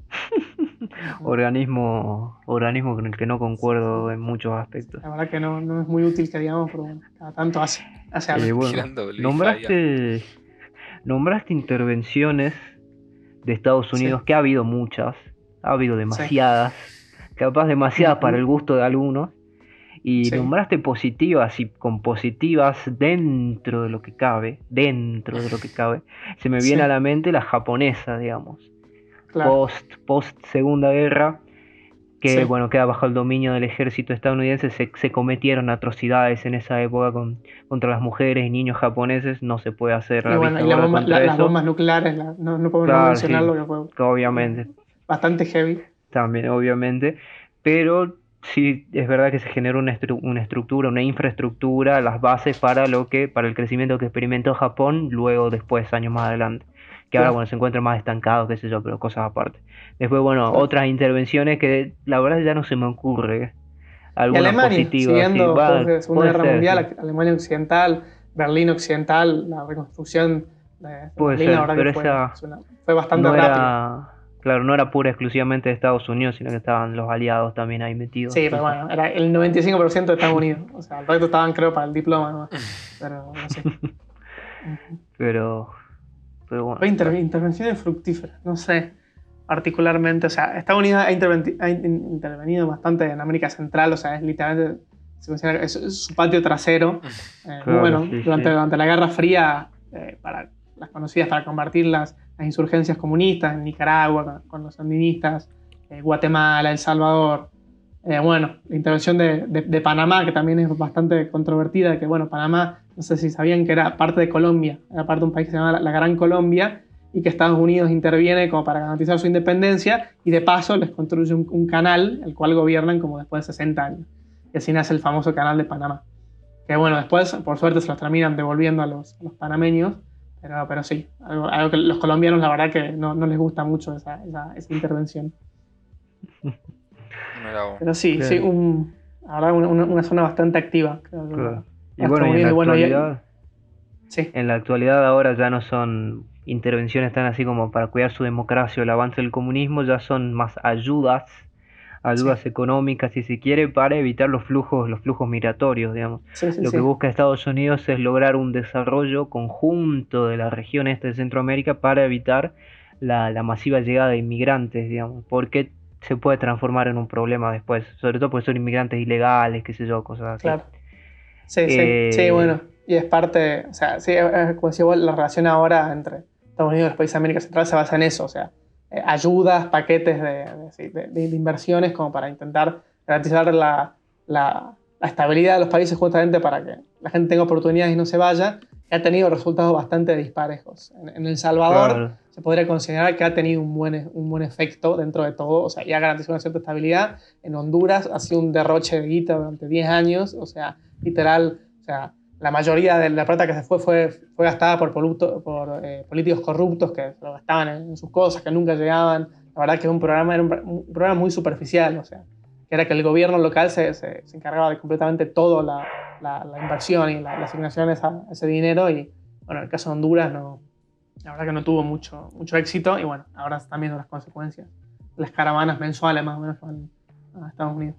Organismo con el que no concuerdo en muchos aspectos. La verdad que no es muy útil que digamos, pero bueno, cada tanto hace algo. Bueno, tirando lija nombraste intervenciones de Estados Unidos, Sí. que ha habido muchas, ha habido demasiadas, capaz demasiadas para el gusto de algunos, y Sí. nombraste positivas, y con positivas dentro de lo que cabe, se me viene Sí. a la mente la japonesa, digamos, Claro. post Segunda Guerra, que Sí. bueno, queda bajo el dominio del ejército estadounidense. Se cometieron atrocidades en esa época contra las mujeres y niños japoneses. No se puede hacer Y la bueno, vista y gorda contra las eso. bombas nucleares, no podemos no Claro, mencionarlo, sí, que fue obviamente, bastante heavy. también, obviamente, pero sí es verdad que se generó una estructura, una infraestructura, las bases para el crecimiento que experimentó Japón luego, después, años más adelante, que ahora, Claro. bueno, se encuentra más estancado, qué sé yo, pero cosas aparte. Después, bueno, Claro. otras intervenciones que la verdad ya no se me ocurre Y alguna Alemania, positiva, sí, siguiendo después de la Segunda puede Guerra ser, Mundial, sí, Alemania Occidental, Berlín Occidental, la reconstrucción de puede Berlín, la ser, verdad pero que esa fue bastante no rápida. Claro, no era pura exclusivamente de Estados Unidos, sino que estaban los aliados también ahí metidos. Sí, pero Entonces, bueno, era el 95% de Estados Unidos. O sea, el resto estaban, creo, para el diploma, ¿no? Pero no sé. pero, pero bueno. Fue intervenciones fructíferas, no sé, particularmente. O sea, Estados Unidos ha intervenido bastante en América Central, o sea, es literalmente, se considera, es su patio trasero. Muy Claro, bueno, sí, durante, sí. durante la Guerra Fría, para las conocidas para combatir las insurgencias comunistas en Nicaragua, con los sandinistas, Guatemala, El Salvador. Bueno, la intervención de Panamá, que también es bastante controvertida, que bueno, Panamá, no sé si sabían que era parte de Colombia, era parte de un país que se llama la Gran Colombia, y que Estados Unidos interviene como para garantizar su independencia, y de paso les construye un canal, el cual gobiernan como después de 60 años. Y así nace el famoso canal de Panamá. Que bueno, después, por suerte, se los terminan devolviendo a los panameños, pero sí, algo que los colombianos la verdad que no les gusta mucho esa intervención. Mirá vos. Pero sí, Claro. sí, la verdad, una zona bastante activa, creo yo, Claro. Y para bueno, Estados y en la Unidos. Y bueno, actualidad, sí, ahora ya no son intervenciones tan así como para cuidar su democracia o el avance del comunismo, ya son más sí, ayudas económicas si se quiere, para evitar los flujos migratorios, digamos. sí, sí, Lo que sí, busca Estados Unidos es lograr un desarrollo conjunto de la región este de Centroamérica para evitar la masiva llegada de inmigrantes, digamos, porque se puede transformar en un problema después, sobre todo porque son inmigrantes ilegales, qué sé yo, cosas así. claro. Sí, sí, sí, Eh, bueno, y es parte, o sea, sí, como decía vos, la relación ahora entre Estados Unidos y los países de América Central se basa en eso, o sea, ayudas, paquetes sí, de inversiones como para intentar garantizar la estabilidad de los países justamente para que la gente tenga oportunidades y no se vaya, y ha tenido resultados bastante disparejos. En El Salvador claro, se podría considerar que ha tenido un buen efecto dentro de todo, o sea, y ha garantizado una cierta estabilidad. En Honduras ha sido un derroche de guita durante 10 años, o sea, literal, o sea, la mayoría de la plata que se fue gastada por políticos corruptos que se lo gastaban en sus cosas, que nunca llegaban. La verdad que era un programa muy superficial, o sea, que era que el gobierno local se encargaba de completamente todo la inversión y la asignación a ese dinero. Y bueno, en el caso de Honduras, no, la verdad que no tuvo mucho éxito. Y bueno, ahora están viendo las consecuencias. Las caravanas mensuales más o menos van a Estados Unidos.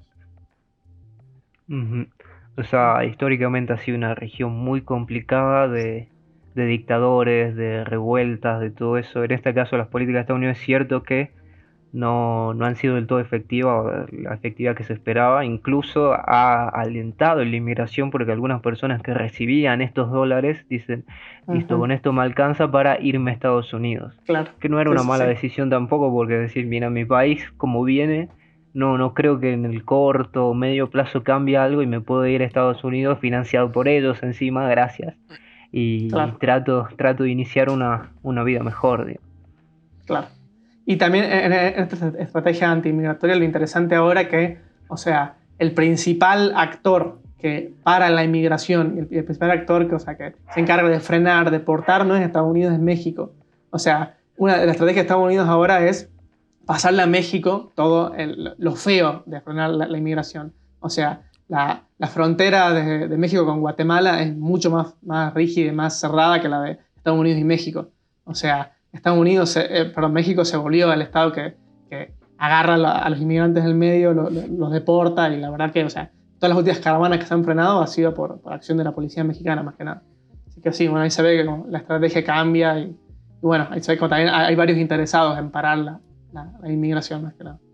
ujú. O sea, históricamente ha sido una región muy complicada de dictadores, de revueltas, de todo eso. En este caso, las políticas de Estados Unidos es cierto que no han sido del todo efectivas, o la efectividad que se esperaba. Incluso ha alentado la inmigración porque algunas personas que recibían estos dólares dicen, listo, Ujú, con esto me alcanza para irme a Estados Unidos. claro, Que no era sí, una sí, mala sí, decisión tampoco, porque decir, mira, mi país como viene, no creo que en el corto o medio plazo cambie algo y me puedo ir a Estados Unidos financiado por ellos encima, gracias. Y claro. trato de iniciar una vida mejor, digamos. Claro. Y también en esta estrategia antimigratoria lo interesante ahora que, o sea, el principal actor que para la inmigración y el principal actor que, o sea, que se encarga de frenar, deportar, no es Estados Unidos, es México. O sea, una de las estrategias de Estados Unidos ahora es pasarle a México todo lo feo de frenar la inmigración. O sea, la frontera de México con Guatemala es mucho más rígida y más cerrada que la de Estados Unidos y México. O sea, México se volvió el estado que agarra a los inmigrantes del medio, los deporta, y la verdad que, o sea, todas las últimas caravanas que se han frenado ha sido por acción de la policía mexicana más que nada. Así que sí, bueno, ahí se ve que la estrategia cambia y bueno, ahí se ve que también hay varios interesados en parar la inmigración más que nada.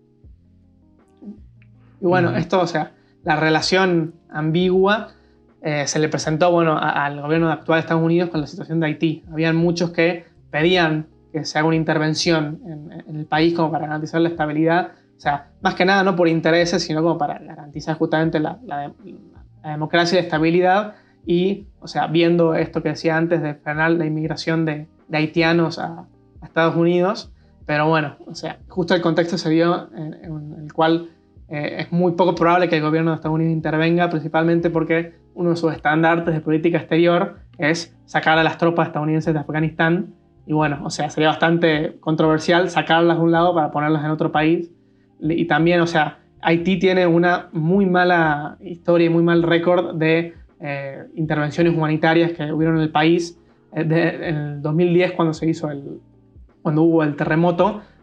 Y bueno, Ujú. esto, o sea, la relación ambigua se le presentó, bueno, al gobierno actual de Estados Unidos con la situación de Haití. Habían muchos que pedían que se haga una intervención en el país como para garantizar la estabilidad. O sea, más que nada no por intereses, sino como para garantizar justamente la democracia y la estabilidad. Y, o sea, viendo esto que decía antes de frenar la inmigración de haitianos a Estados Unidos. Pero bueno, o sea, justo el contexto se dio en el cual es muy poco probable que el gobierno de Estados Unidos intervenga, principalmente porque uno de sus estandartes de política exterior es sacar a las tropas estadounidenses de Afganistán. Y bueno, o sea, sería bastante controversial sacarlas de un lado para ponerlas en otro país. Y también, o sea, Haití tiene una muy mala historia y muy mal récord de intervenciones humanitarias que hubieron en el país. En el 2010, cuando hubo el terremoto,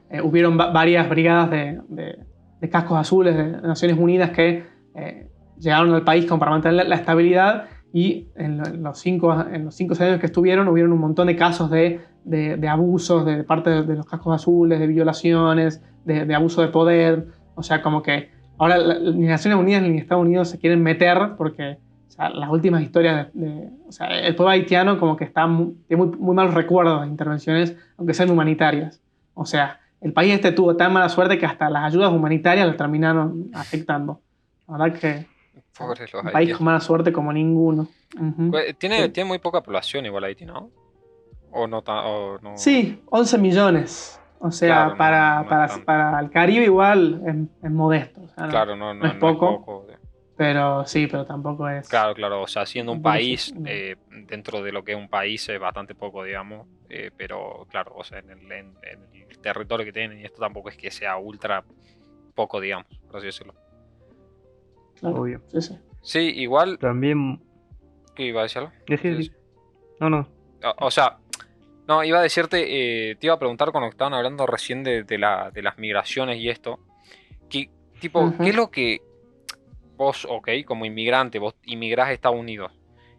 hubieron varias brigadas de cascos azules de Naciones Unidas que llegaron al país como para mantener la estabilidad, y en los 5 años que estuvieron hubieron un montón de casos de abusos de parte de los cascos azules, de violaciones, de abuso de poder. O sea, como que ahora ni Naciones Unidas ni Estados Unidos se quieren meter porque, o sea, las últimas historias o sea, el pueblo haitiano como que tiene muy malos recuerdos de intervenciones, aunque sean humanitarias. O sea, el país este tuvo tan mala suerte que hasta las ayudas humanitarias lo terminaron afectando. La verdad que Pobres los un país haitianos. con mala suerte como ninguno. Tiene Sí. muy poca población igual Haití, ¿no? O no no. Sí, 11 millones. O sea, Claro, no es tanto. para el Caribe igual es modesto. O sea, Claro, no es poco, pero sí, pero tampoco es... Claro, o sea, siendo un tampoco país, es- dentro de lo que es un país es bastante poco, digamos, pero claro, o sea, en el territorio que tienen, y esto tampoco es que sea ultra poco, digamos, por así decirlo. claro, Obvio. sí, sí. Sí, igual, También, ¿qué iba a decir algo? decir, no, O sea, no, iba a decirte, te iba a preguntar cuando estaban hablando recién de las migraciones y esto, tipo, Ujú. ¿qué es lo que vos, ok, como inmigrante, vos inmigrás a Estados Unidos?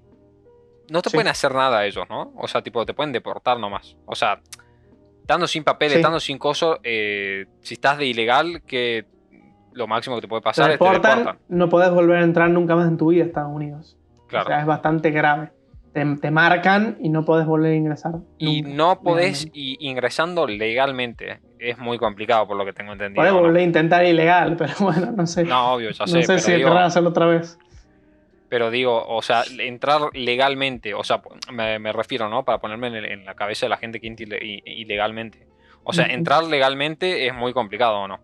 No te Sí. pueden hacer nada a ellos, ¿no? O sea, tipo, te pueden deportar nomás. O sea, estando sin papeles, Sí. estando sin coso, si estás de ilegal, que lo máximo que te puede Te pasar es que te deportan, deportan. no podés volver a entrar nunca más en tu vida a Estados Unidos. Claro. O sea, es bastante grave. Te marcan y no podés volver a ingresar. Y nunca, no podés legalmente. ingresando legalmente. Es muy complicado por lo que tengo entendido. Podés ¿no? volver a intentar ilegal, pero bueno, no sé. No, obvio, ya No sé, sé pero si digo, querrás hacerlo otra vez. pero digo, o sea, entrar legalmente, o sea, me refiero, ¿no? Para ponerme en la cabeza de la gente que entra ilegalmente. O sea, Ujú. entrar legalmente es muy complicado, ¿o no?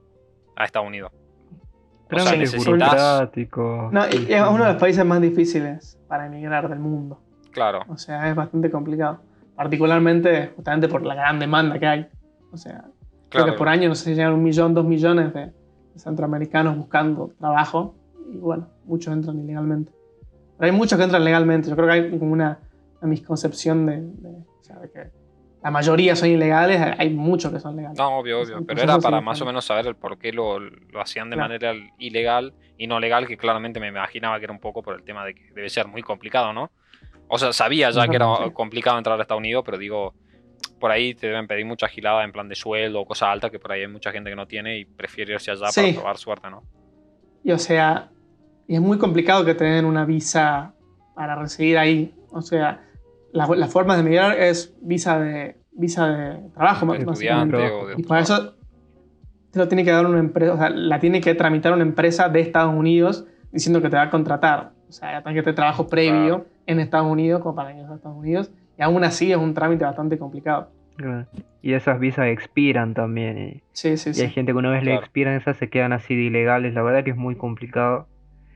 A Estados Unidos. O sea, trámites necesitas... burocráticos. No, y es uno de los países más difíciles para emigrar del mundo. Claro, O sea, es bastante complicado. Particularmente, justamente por la gran demanda que hay. O sea, creo claro. que por año, no sé si llegan 1 millón, 2 millones de centroamericanos buscando trabajo. Y bueno, muchos entran ilegalmente. Pero hay muchos que entran legalmente. Yo creo que hay como una misconcepción o sea, de que la mayoría son ilegales. Hay muchos que son legales. No, obvio, O sea, el pero proceso era sí para es más o diferente. menos saber el por qué lo hacían de Claro. manera ilegal y no legal, que claramente me imaginaba que era un poco por el tema de que debe ser muy complicado, ¿no? O sea, sabía ya Ujú. que era Sí. complicado entrar a Estados Unidos, pero digo, por ahí te deben pedir mucha gilada en plan de sueldo o cosa alta, que por ahí hay mucha gente que no tiene y prefiere irse allá Sí. para probar suerte, ¿no? Y o sea, y es muy complicado que te den una visa para residir ahí. O sea, la forma de emigrar es visa de trabajo, De básicamente. estudiante trabajo. o de Y para eso te lo tiene que dar una empresa, o sea, la tiene que tramitar una empresa de Estados Unidos diciendo que te va a contratar. O sea, tiene que tener trabajo previo en Estados Unidos como para ingresar a Estados Unidos. Y aún así es un trámite bastante complicado. Claro. Y esas visas expiran también. Sí, Y hay sí. gente que una vez le Claro. expiran esas se quedan así de ilegales. La verdad que es muy complicado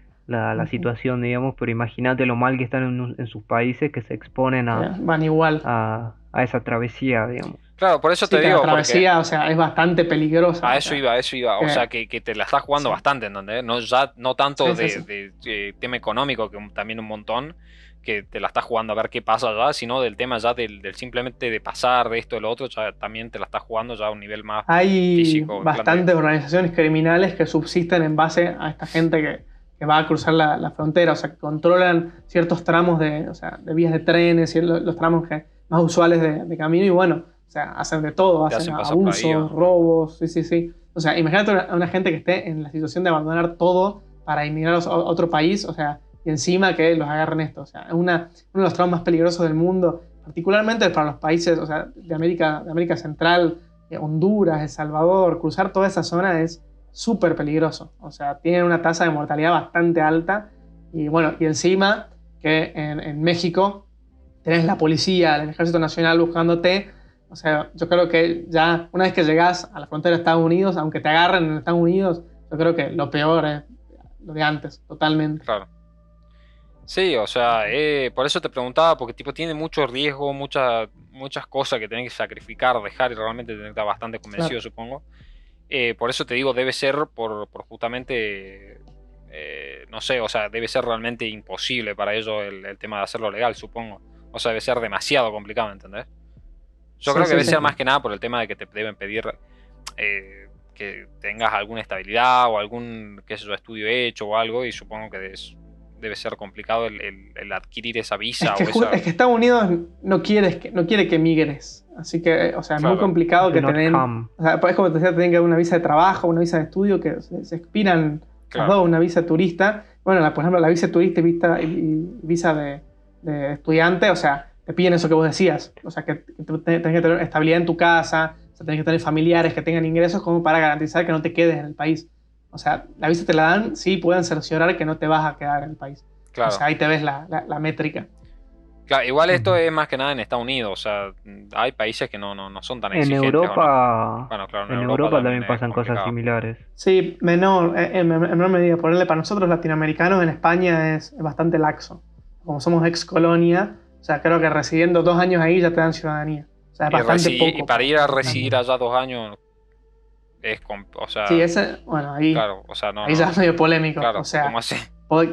la Ujú. situación, digamos, pero imagínate lo mal que están en sus países que se exponen Van igual. a esa travesía, digamos. Claro, por eso Sí, te que digo, la porque travesía, o sea, es bastante peligrosa. a O eso sea, iba. O sea, que te la estás jugando sí. bastante, ¿entendés? No tanto Sí, sí, de tema económico, que también un montón, que te la estás jugando a ver qué pasa ya, sino del tema ya del simplemente de pasar de esto, de lo otro, ya también te la estás jugando ya a un nivel más Hay físico. en plan de- bastantes organizaciones criminales que subsisten en base a esta gente que va a cruzar la frontera, o sea, que controlan ciertos tramos o sea, de vías de trenes y los tramos más usuales de camino, y bueno, o sea, hacen de todo, Te hacen hacen pasar por ahí, abusos, ¿no? robos, sí. O sea, imagínate a una gente que esté en la situación de abandonar todo para emigrar a otro país, o sea, y encima que los agarren esto, o sea, es uno de los tramos más peligrosos del mundo, particularmente para los países, o sea, de América Central, Honduras, El Salvador. Cruzar toda esa zona es súper peligroso. O sea, tienen una tasa de mortalidad bastante alta. Y bueno, y encima que en México tenés la policía, el Ejército Nacional buscándote. O sea, yo creo que ya una vez que llegás a la frontera de Estados Unidos, aunque te agarren en Estados Unidos, yo creo que lo peor es lo de antes, totalmente. Claro. Sí, o sea, por eso te preguntaba, porque tipo tiene mucho riesgo, muchas cosas que tenés que sacrificar, dejar, y realmente tenés que estar bastante convencido, Claro. supongo. Por eso te digo, debe ser por justamente, no sé, o sea, debe ser realmente imposible para ellos el tema de hacerlo legal, supongo. O sea, debe ser demasiado complicado, ¿entendés? Yo Sí, creo que sí, debe sí. ser más que nada por el tema de que te deben pedir que tengas alguna estabilidad o algún, qué sé yo, estudio hecho o algo, y supongo que debe ser complicado el adquirir esa visa Es que Estados Unidos no quiere que migres. Así que, o sea, es muy complicado que te den. O sea, es como te decía, te tienen que dar una visa de trabajo, una visa de estudio, que se expiran las dos, una visa de turista. Bueno, por ejemplo, la visa de turista y visa de estudiante, o sea, te piden eso que vos decías. O sea, que tenés que tener estabilidad en tu casa, o sea, tenés que tener familiares que tengan ingresos como para garantizar que no te quedes en el país. O sea, la visa te la dan, sí, pueden cerciorar que no te vas a quedar en el país. Claro. O sea, ahí te ves la métrica. Claro, igual esto es más que nada en Estados Unidos, o sea, hay países que no son tan exigentes. En Europa, no. Bueno, claro, en Europa también pasan cosas similares. Sí, en menor medida. Ponerle para nosotros latinoamericanos en España es bastante laxo. Como somos ex colonia, o sea, creo que residiendo 2 años ahí ya te dan ciudadanía. O sea, es bastante poco. Y para ir a residir allá 2 años o sea... Sí, bueno, ahí, claro, o sea, ahí ya es medio polémico. Claro, o sea, ¿cómo así?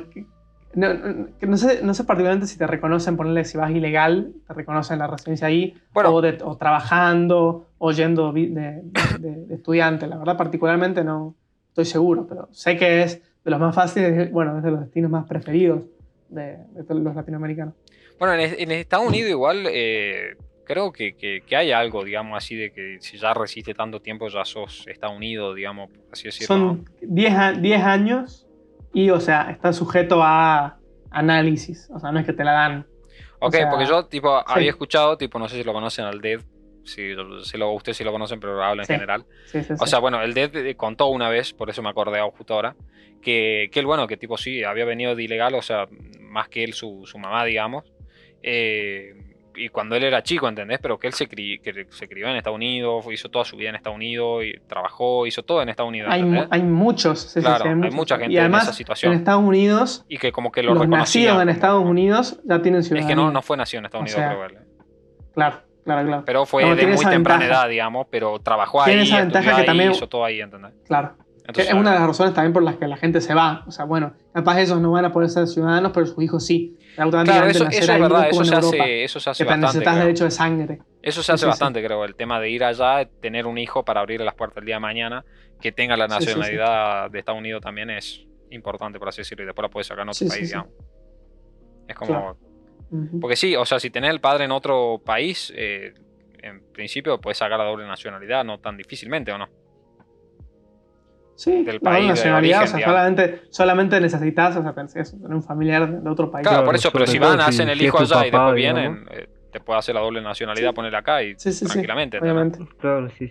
No sé particularmente si te reconocen, ponerle si vas ilegal, te reconocen la residencia ahí, bueno, o trabajando, o yendo de estudiante. La verdad, particularmente no estoy seguro, pero sé que es de los más fáciles, bueno, es de los destinos más preferidos de todos los latinoamericanos. Bueno, en Estados Unidos igual creo que hay algo, digamos así, de que si ya resiste tanto tiempo ya sos Estados Unidos, digamos, así decirlo. Son 10 años. Y, o sea, está sujeto a análisis. O sea, no es que te la dan. Ok, o sea, porque yo, había escuchado, no sé si lo conocen al DED. Ustedes sí lo conocen, pero hablo en general. Sí. O sea, bueno, el DED contó una vez, por eso me acordé justo ahora, que él, bueno, que sí, había venido de ilegal, o sea, más que él, su mamá, digamos. Y cuando él era chico, ¿entendés? Pero que él se crió en Estados Unidos, hizo toda su vida en Estados Unidos, y trabajó, hizo todo en Estados Unidos. Hay muchos. Claro, hay mucha gente y además, en esa situación. En Estados Unidos, y que como que lo los nacidos en Estados como, Unidos ya tienen ciudadanía. Es que no fue nacido en Estados Unidos, creo él. Claro. Pero fue de muy temprana edad, digamos, pero trabajó ahí, esa ventaja que también hizo todo ahí, ¿entendés? Claro. Entonces, es una de las razones también por las que la gente se va. O sea, bueno, capaz ellos no van a poder ser ciudadanos, pero sus hijos sí. Claro, eso es verdad, eso se hace bastante. Necesitas derecho de sangre. Eso se hace bastante, creo, el tema de ir allá, tener un hijo para abrirle las puertas el día de mañana, que tenga la nacionalidad de Estados Unidos también es importante, por así decirlo, y después la puedes sacar en otro país, digamos. Es como... Claro. Porque sí, o sea, si tenés el padre en otro país, en principio puedes sacar la doble nacionalidad, no tan difícilmente, ¿o no? Sí, del país, la nacionalidad, de origen, o sea, solamente necesitas, o sea, tener un familiar de otro país. Claro, por eso, pero si van, hacen el hijo allá y después digamos. vienen, te puede hacer la doble nacionalidad, ponerle acá y tranquilamente. Obviamente. Claro, sí.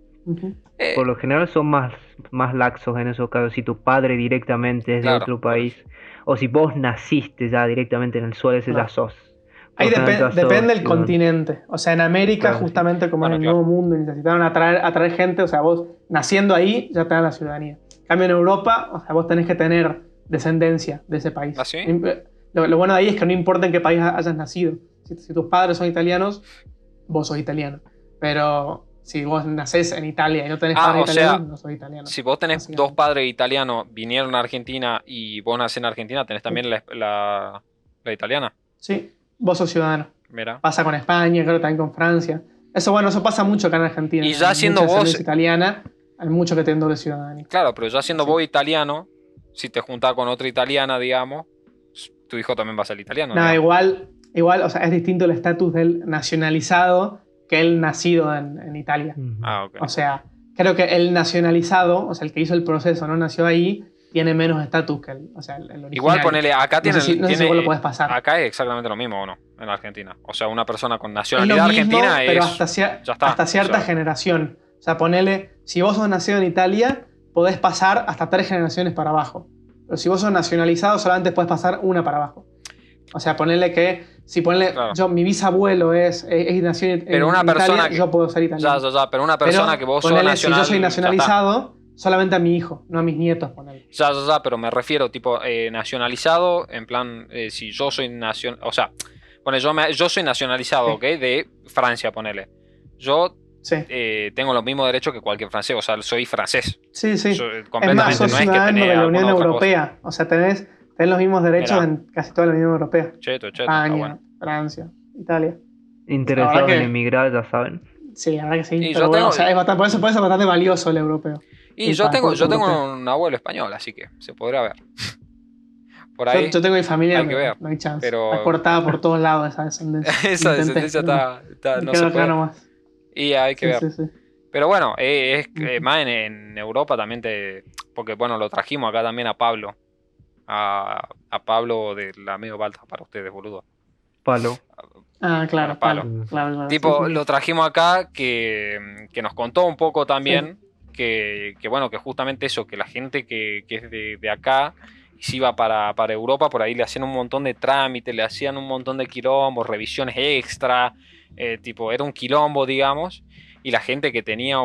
Por lo general son más laxos en esos casos. Si tu padre directamente es de otro país, o si vos naciste ya directamente en el suelo, ese ya sos. Ahí depende del continente. O sea, en América, justamente como en el Nuevo Mundo, necesitaron atraer gente. O sea, vos naciendo ahí ya te dan la ciudadanía. En cambio, en Europa, o sea, vos tenés que tener descendencia de ese país. ¿Ah, sí? Lo bueno de ahí es que no importa en qué país hayas nacido. Si tus padres son italianos, vos sos italiano. Pero si vos nacés en Italia y no tenés padres italianos, no sos italiano. Si vos tenés 2 padres italianos, vinieron a Argentina y vos nacés en Argentina, ¿tenés también la italiana? Sí. Vos sos ciudadano. Mira. Pasa con España, creo también con Francia. Eso pasa mucho acá en Argentina. Y ya siendo vos italiana, hay mucho que tienen doble ciudadanía. Claro, pero ya siendo vos italiano, si te juntás con otra italiana, digamos, tu hijo también va a ser italiano. No, igual, o sea, es distinto el estatus del nacionalizado que el nacido en Italia. Ok. O sea, creo que el nacionalizado, o sea, el que hizo el proceso, no nació ahí, tiene menos estatus que el original. Igual ponele, acá no sé si vos lo podés pasar. Acá es exactamente lo mismo, ¿o no? En Argentina. O sea, una persona con nacionalidad es lo mismo, argentina pero es... hasta cierta generación. O sea, ponele, si vos sos nacido en Italia, podés pasar hasta 3 generaciones para abajo. Pero si vos sos nacionalizado, solamente podés pasar una para abajo. O sea, ponele que, mi bisabuelo nació en Italia, yo puedo ser italiano. Ya, pero una persona que vos sos nacional... Si yo soy nacionalizado, solamente a mi hijo, no a mis nietos, ponele. Ya, pero me refiero, nacionalizado, en plan, si yo soy o sea, yo soy nacionalizado, ¿ok? De Francia, ponele. Yo tengo los mismos derechos que cualquier francés, o sea, soy francés. Sí. Completamente, es más, sos ciudadano de la Unión Europea, o sea, tenés los mismos derechos en casi toda la Unión Europea. Cheto. España, Francia, Italia. Interesados en emigrar, ya saben. Sí, la verdad que sí. Y Pero yo bueno, tengo- o sea, por eso es bastante valioso el europeo. Y El yo tengo pasaporte europeo. un abuelo español, así que se podrá ver. Por Yo, ahí yo tengo mi familia, hay que pero ver. no hay chance. Pero Está cortada por todos lados esa descendencia. esa Intenté, descendencia pero no quedó se acá puede. nomás. Y hay que Sí, ver. sí, sí. Pero bueno, Ujú. más en Europa también porque bueno, lo trajimos acá también a Pablo. A Pablo de la medio balta para ustedes, boludo. Palo. Ah, claro, Bueno, Palo. claro, Tipo, sí, sí. lo trajimos acá que nos contó un poco también que bueno, que justamente eso, que la gente que es de acá y se iba para Europa, por ahí le hacían un montón de trámites, le hacían un montón de quilombos, revisiones extra, tipo, era un quilombo, digamos, y la gente que tenía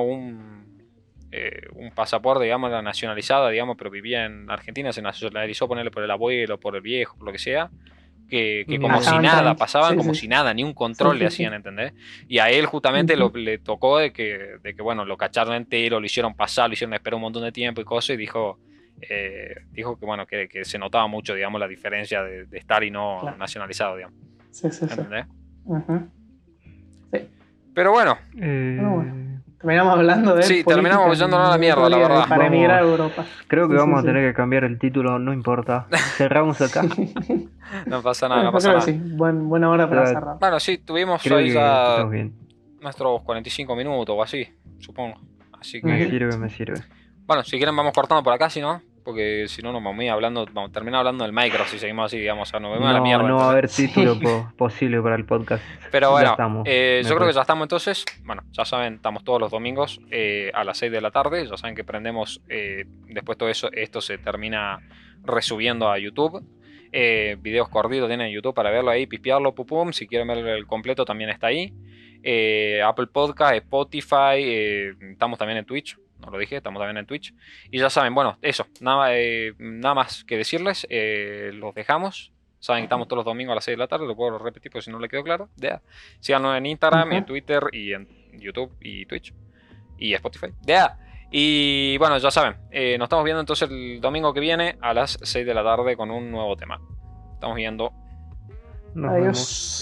un pasaporte, digamos, la nacionalizada, digamos, pero vivía en Argentina, se nacionalizó, ponerle por el abuelo, por el viejo, por lo que sea, que como Bien. si Pasaban nada, tranqui. pasaban Sí, como sí, si nada, ni un control sí, le sí, sí. hacían, ¿entendés? Y a él justamente Ujú. le tocó de que, bueno, lo cacharon entero, lo hicieron pasar, lo hicieron esperar un montón de tiempo y cosas, y dijo que bueno, que se notaba mucho, digamos, la diferencia de estar y no Claro. nacionalizado, digamos, Sí, sí, sí. ¿entendés? Ujú. Sí. Pero bueno, Bueno. Terminamos hablando de sí, política terminamos yéndonos a la y mierda, la de verdad. para emigrar a Vamos. Europa. Creo que Sí, vamos sí, a tener sí. que cambiar el título, no importa. Cerramos acá. No pasa nada, no Yo pasa creo que nada. sí. Buena hora para Ya cerrar. Bueno, sí, tuvimos creo ahí que ya estamos bien. nuestros 45 minutos o así, supongo. Así Me que, sirve, me sirve. bueno, si quieren vamos cortando por acá, si no, porque si no nos vamos a ir hablando, vamos a terminar hablando del micro si seguimos así, digamos, o sea, nos vemos a la No, mierda, no va a ¿entendés? haber título Sí. posible para el podcast. Pero Ya bueno, estamos. yo me creo que parece. ya estamos entonces. Bueno, ya saben, estamos todos los domingos a las 6 de la tarde. Ya saben que prendemos, después todo eso, esto se termina resubiendo a YouTube. Videos corridos tienen en YouTube para verlo ahí, pispearlo, pum. Si quieren ver el completo también está ahí. Apple Podcast, Spotify, estamos también en Twitch. No lo dije, estamos también en Twitch. Y ya saben, bueno, eso, nada más que decirles. Los dejamos. Saben que estamos todos los domingos a las 6 de la tarde, lo puedo repetir por si no le quedó claro. Ya. Síganos en Instagram, y en Ujú. Twitter, y en YouTube, y Twitch, y Spotify. Ya. Y bueno, ya saben, nos estamos viendo entonces el domingo que viene a las 6 de la tarde con un nuevo tema. Estamos viendo. Nos vemos. Adiós.